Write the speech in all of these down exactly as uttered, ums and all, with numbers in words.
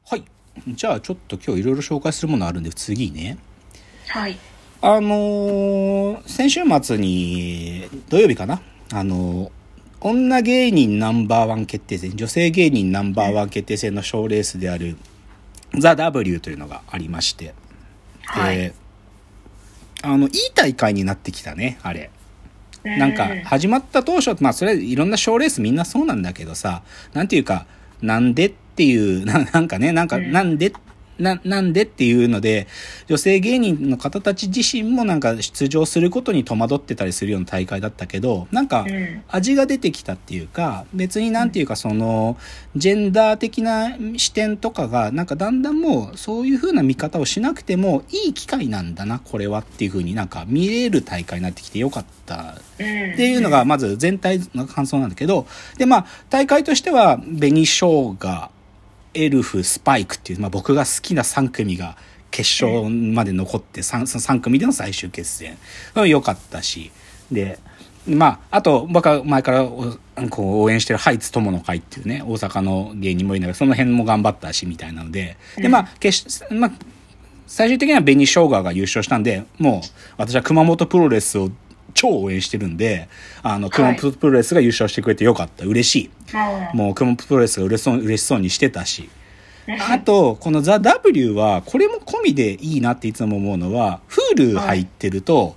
はい。じゃあちょっと今日いろいろ紹介するものあるんで次ね。 はい。 あのー、先週末に土曜日かな。あのー、女芸人ナンバーワン決定戦、女性芸人ナンバーワン決定戦の賞レースであるザ・ W というのがありまして、 はい、 えー、あのいい大会になってきたねあれ。なんか始まった当初、まあそれいろんな賞レースみんなそうなんだけどさ、なんていうかなんでっていう な, なんかねなんかなんでななんでっていうので女性芸人の方たち自身もなんか出場することに戸惑ってたりするような大会だったけど、なんか味が出てきたっていうか、別になんていうかそのジェンダー的な視点とかがなんかだんだんもうそういう風な見方をしなくてもいい機会なんだなこれはっていう風になんか見れる大会になってきてよかったっていうのがまず全体の感想なんだけど、でまあ大会としては紅しょうがエルフ、スパイクっていう、まあ、僕が好きなさん組が決勝まで残って 3, さん組での最終決戦良かったし、でまああと僕は前からこう応援してるハイツ友の会っていうね大阪の芸人もいながらその辺も頑張ったしみたいなので、でまあ決まあ最終的には紅しょうがが優勝したんで、もう私は熊本プロレスを超応援してるんで、あの熊本プロレスが優勝してくれてよかった、嬉しい、はい、もう熊本プロレスが嬉しそう嬉しそうにしてたし、あとこのザ・ W はこれも込みでいいなっていつも思うのは Hulu 入ってると、はい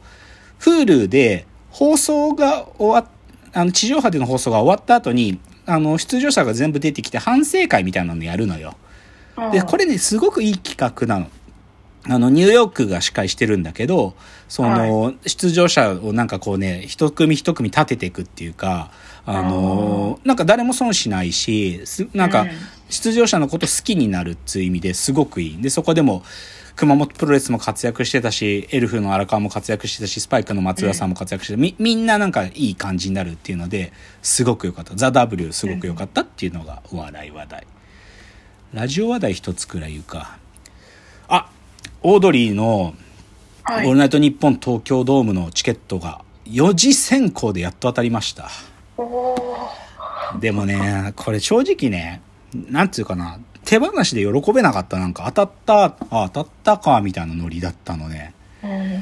、Hulu で放送が終わっあの地上波での放送が終わった後にあの出場者が全部出てきて反省会みたいなのやるのよ。でこれねすごくいい企画なの。あのニューヨークが司会してるんだけど、その、はい、出場者をなんかこうね一組一組立てていくっていうか、あのなんか誰も損しないし、なんか出場者のこと好きになるっていう意味ですごくいい。でそこでも熊本プロレスも活躍してたし、エルフの荒川も活躍してたし、スパイクの松浦さんも活躍してた、うん、み, みんななんかいい感じになるっていうのですごく良かった。ザ・ W すごく良かったっていうのがお笑い話題。ラジオ話題一つくらい言うか。あオードリーのオールナイトニッポン東京ドームのチケットがよじ先行でやっと当たりました。でもねこれ正直ねなんていうかな手放しで喜べなかった。なんか当たったあ当たったかみたいなノリだったのね、うん、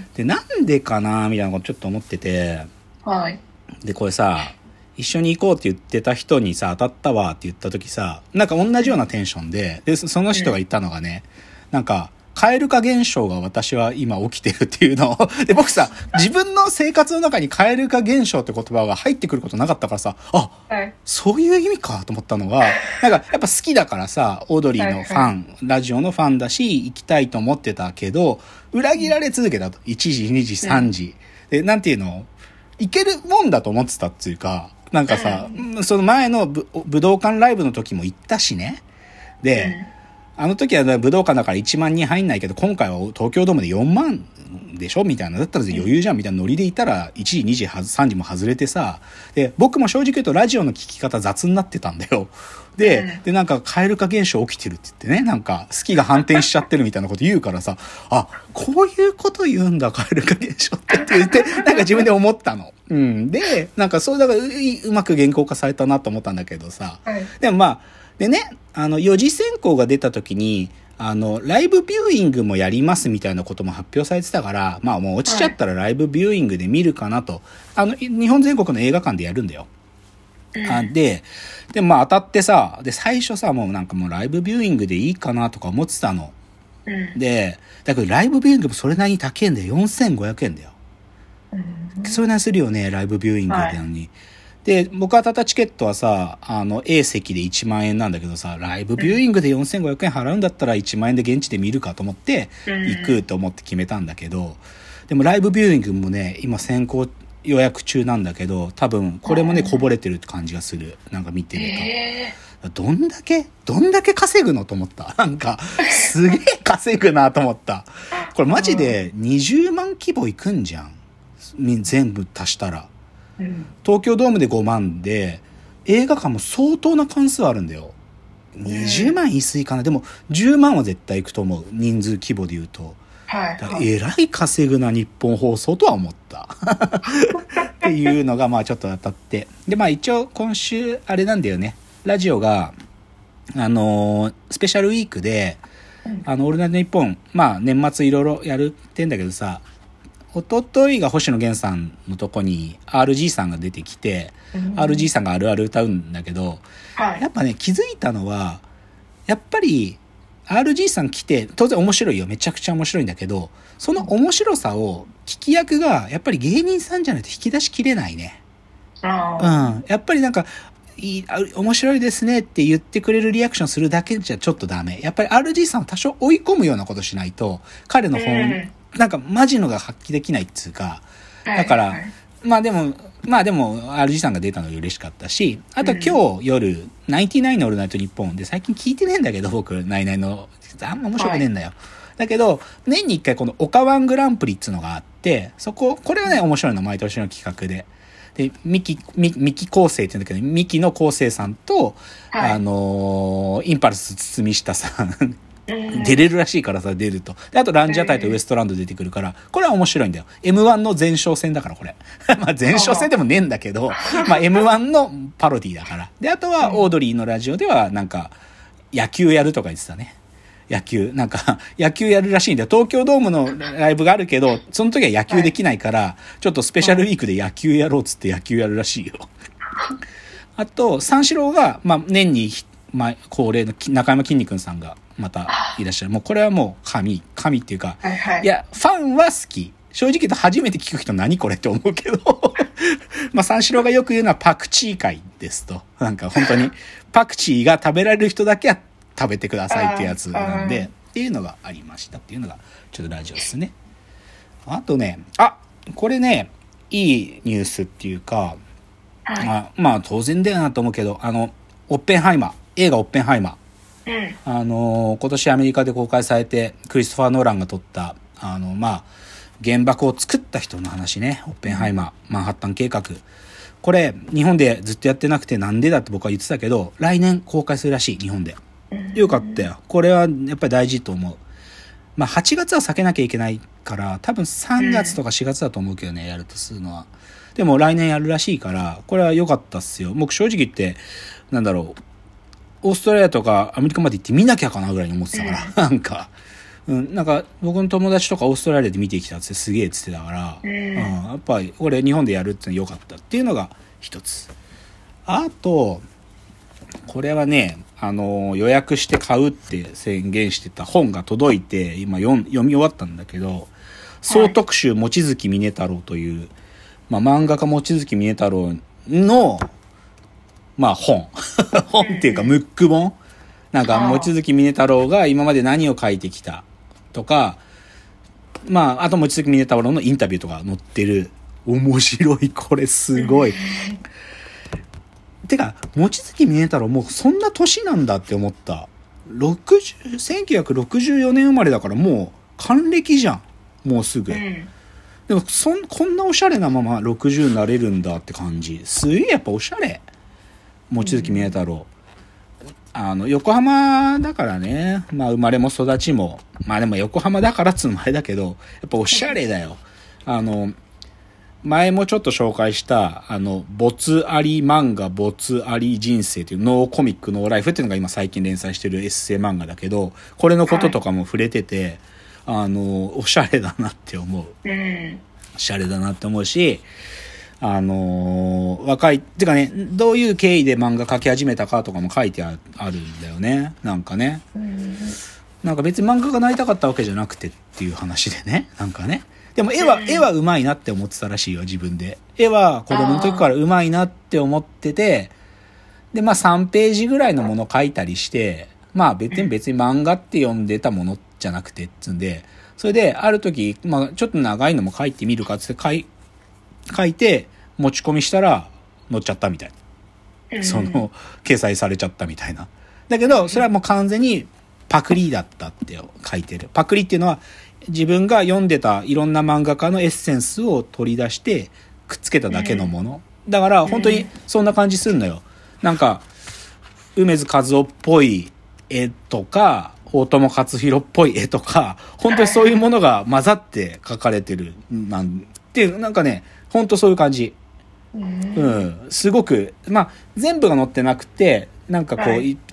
でなんでかなみたいなことちょっと思ってて、はい、でこれさ一緒に行こうって言ってた人にさ当たったわって言った時さなんか同じようなテンションで、でその人が言ったのがね、なんか蛙化現象が私は今起きてるっていうのをで僕さ自分の生活の中に蛙化現象って言葉が入ってくることなかったからさ、あ、はい、そういう意味かと思ったのが、なんかやっぱ好きだからさオードリーのファン、はいはい、ラジオのファンだし行きたいと思ってたけど裏切られ続けたと。いちじにじさんじ、うん、でなんていうのいけるもんだと思ってたっていうか、なんかさ、うん、その前の武道館ライブの時も行ったしね。で、うんあの時は武道館だからいちまんにん入んないけど今回は東京ドームでよんまんでしょみたいな、だったら余裕じゃんみたいなノリでいたらいちじにじさんじも外れてさ、で僕も正直言うとラジオの聞き方雑になってたんだよ。ででなんか蛙化現象起きてるって言ってね、なんか好きが反転しちゃってるみたいなこと言うからさ、あこういうこと言うんだ蛙化現象ってって言ってなんか自分で思ったの。うんでなんかそうだから う, うまく言語化されたなと思ったんだけどさ、はい、でもまあでね、あの、よじ先行が出た時に、あの、ライブビューイングもやりますみたいなことも発表されてたから、まあもう落ちちゃったらライブビューイングで見るかなと。あの、日本全国の映画館でやるんだよ。あで、で、まあ当たってさ、で、最初さ、もうなんかもうライブビューイングでいいかなとか思ってたの。で、だけどライブビューイングもそれなりに高いんだよ。よんせんごひゃくえんだよ。それなりにするよね、ライブビューイングなのに。はいで僕が当たったチケットはさあの A 席でいちまんえんなんだけどさ、ライブビューイングでよんせんごひゃくえん払うんだったらいちまんえんで現地で見るかと思って行くと思って決めたんだけど、でもライブビューイングもね今先行予約中なんだけど多分これもねこぼれてるって感じがする。なんか見てるとどんだけどんだけ稼ぐのと思った。なんかすげえ稼ぐなと思った。これマジでにじゅうまん規模いくんじゃん全部足したら。東京ドームでごまんで映画館も相当な関数あるんだよ。にじゅうまん言い過ぎかな。でもじゅうまんは絶対いくと思う、人数規模で言うと。はいはい、えらい稼ぐな日本放送とは思ったっていうのがまあちょっと当たって、でまあ一応今週あれなんだよね、ラジオがあのー、スペシャルウィークで、あの、オールナイトニッポン、まあ、年末いろいろやるってんだけどさ、おとといが星野源さんのとこに アールジー さんが出てきて、うん、アールジー さんがあるある歌うんだけど、はい、やっぱね、気づいたのは、やっぱり、アールジー さん来て、当然面白いよ。めちゃくちゃ面白いんだけど、その面白さを、聞き役が、やっぱり芸人さんじゃないと引き出しきれないね。うん。やっぱりなんか、いい、面白いですねって言ってくれるリアクションするだけじゃちょっとダメ。やっぱり アールジー さんを多少追い込むようなことしないと、彼の本、えー、なんかマジのが発揮できないっつうか、だから、はいはい、まあでも、まあでも アールジー さんが出たの嬉しかったし、あと今日夜、ナインティナインのオールナイトニッポンで最近聞いてねえんだけど、僕、ナイナイの、あんま面白くねえんだよ。はい、だけど、年に一回このオカワングランプリっつうのがあって、そこ、これはね、面白いの、毎年の企画で。で、ミキ、ミキ、ミキ構成って言うんだけど、ミキの構成さんと、はい、あのー、インパルス堤下さん、出れるらしいからさ、出ると。で、あとランジャタイとウエストランド出てくるから、これは面白いんだよ。エムワン の前哨戦だから、これ。まあ前哨戦でもねえんだけど、まあ エムワン のパロディだから。で、あとはオードリーのラジオでは、なんか、野球やるとか言ってたね。野球。なんか、野球やるらしいんだよ。東京ドームのライブがあるけど、その時は野球できないから、はい、ちょっとスペシャルウィークで野球やろうっつって野球やるらしいよ。あと、三四郎が、まあ、年に、まあ、恒例の中山きんに君さんがまたいらっしゃる。もうこれはもう神、神っていうか、はいはい、いや、ファンは好き。正直言うと初めて聞く人何これって思うけど、まあ、三四郎がよく言うのはパクチー会ですと。なんか本当に、パクチーが食べられる人だけは食べてくださいってやつなんで、っていうのがありましたっていうのが、ちょっとラジオですね。あとね、あ、これね、いいニュースっていうか、はい、まあ、まあ当然だよなと思うけど、あの、オッペンハイマー、映画オッペンハイマー。うん、あの、今年アメリカで公開されて、クリストファー・ノーランが撮った、あの、まあ、原爆を作った人の話ね、オッペンハイマー、マンハッタン計画。これ、日本でずっとやってなくてなんでだって僕は言ってたけど、来年公開するらしい、日本で。よかったよ。これはやっぱり大事と思う。まあはちがつは避けなきゃいけないから、多分さんがつとかしがつだと思うけどね、やるとするのは。でも来年やるらしいから、これは良かったっすよ。僕正直言って、なんだろう、オーストラリアとかアメリカまで行って見なきゃかなぐらいに思ってたから、なんか、うん、なんか僕の友達とかオーストラリアで見てきたってすげえって言ってたから、うん、やっぱり俺日本でやるっての良かったっていうのが一つ。あと、これはね、あの、予約して買うって宣言してた本が届いて、今読み終わったんだけど、総特集望月峰太郎という、まあ漫画家望月峰太郎の、まあ本。本っていうかムック本。なんか望月峰太郎が今まで何を書いてきたとか、まああと望月峰太郎のインタビューとか載ってる。面白い、これすごい。てか、望月峰太郎もうそんな年なんだって思った。ろくじゅう、せんきゅうひゃくろくじゅうよねん生まれだからもう還暦じゃん。もうすぐ。うん、でもそん、こんなおしゃれなままろくじゅうになれるんだって感じ。すげえやっぱおしゃれ。望月峰太郎。うん、あの、横浜だからね。まあ生まれも育ちも。まあでも横浜だからっつうのもあれだけど、やっぱおしゃれだよ。あの、前もちょっと紹介した、あの、没あり漫画、没あり人生というノーコミックノーライフっていうのが今最近連載してるエッセイ漫画だけど、これのこととかも触れてて、はい、あの、おしゃれだなって思う。うん、おしゃれだなって思うし、あの、若い、てかね、どういう経緯で漫画描き始めたかとかも書いてあるんだよね。なんかね。うん、なんか別に漫画がなりたかったわけじゃなくてっていう話でね。なんかね。でも絵は、絵は上手いなって思ってたらしいよ、自分で。絵は子供の時から上手いなって思ってて、で、まあさんページぐらいのものを書いたりして、まあ別に別に漫画って読んでたものじゃなくてっつんで、それである時、まあちょっと長いのも書いてみるかっつって書い、書いて持ち込みしたら載っちゃったみたいな。その、掲載されちゃったみたいな。だけど、それはもう完全にパクリだったって書いてる。パクリっていうのは、自分が読んでたいろんな漫画家のエッセンスを取り出してくっつけただけのもの。だから本当にそんな感じするのよ。なんか、梅津和夫っぽい絵とか、大友克洋っぽい絵とか、本当にそういうものが混ざって描かれてる。なんて、なんかね、本当そういう感じ。うん。すごく、まあ、全部が載ってなくて、なんかこう、はい、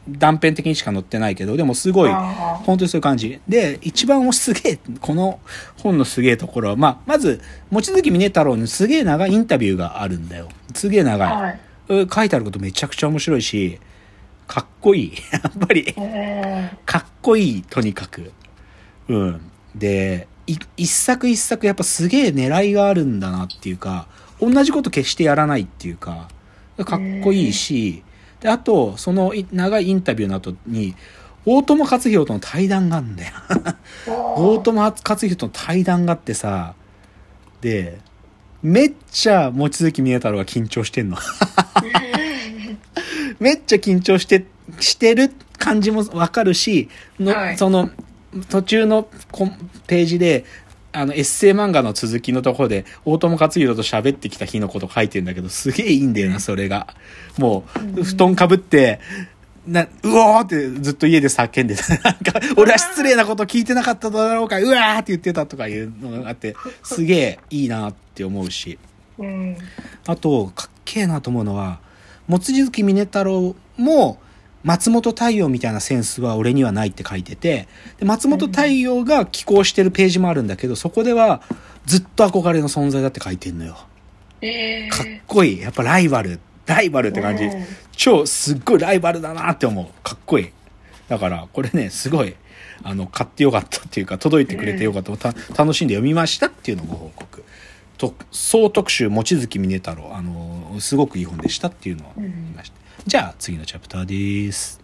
断片的にしか載ってないけど、でもすごい、本当にそういう感じ。で、一番すげえ、この本のすげえところは、まあ、まず、望月峰太郎のすげえ長いインタビューがあるんだよ。すげえ長い。はい、書いてあることめちゃくちゃ面白いし、かっこいい。やっぱり、かっこいい、とにかく。うん。で、一作一作やっぱすげえ狙いがあるんだなっていうか、同じこと決してやらないっていうか、かっこいいし、で、あと、その長いインタビューの後に、大友克洋との対談があるんだよ。大友克洋との対談があってさ、で、めっちゃ望月峰太郎が緊張してんの。めっちゃ緊張して、してる感じもわかるし、の、はい、その、途中のページで、あの、エッセイ漫画の続きのところで、大友克洋と喋ってきた日のこと書いてるんだけど、すげえいいんだよな、それが。もう、布団かぶって、な、うおーってずっと家で叫んでた。なんか、俺は失礼なこと聞いてなかっただろうか、うわーって言ってたとかいうのがあって、すげえいいなって思うし。あと、かっけえなと思うのは、望月峰太郎も、松本太陽みたいなセンスは俺にはないって書いてて、で松本太陽が寄稿してるページもあるんだけど、そこではずっと憧れの存在だって書いてんのよ。 えー、 かっこいい。やっぱライバル。ライバルって感じ。超すっごいライバルだなって思う。かっこいい。だからこれね、すごい、あの、買ってよかったっていうか、届いてくれてよかった。た楽しんで読みましたっていうのをご報告。と総特集、望月峰太郎。あの、すごくいい本でしたっていうのを言いました。じゃあ次のチャプターです。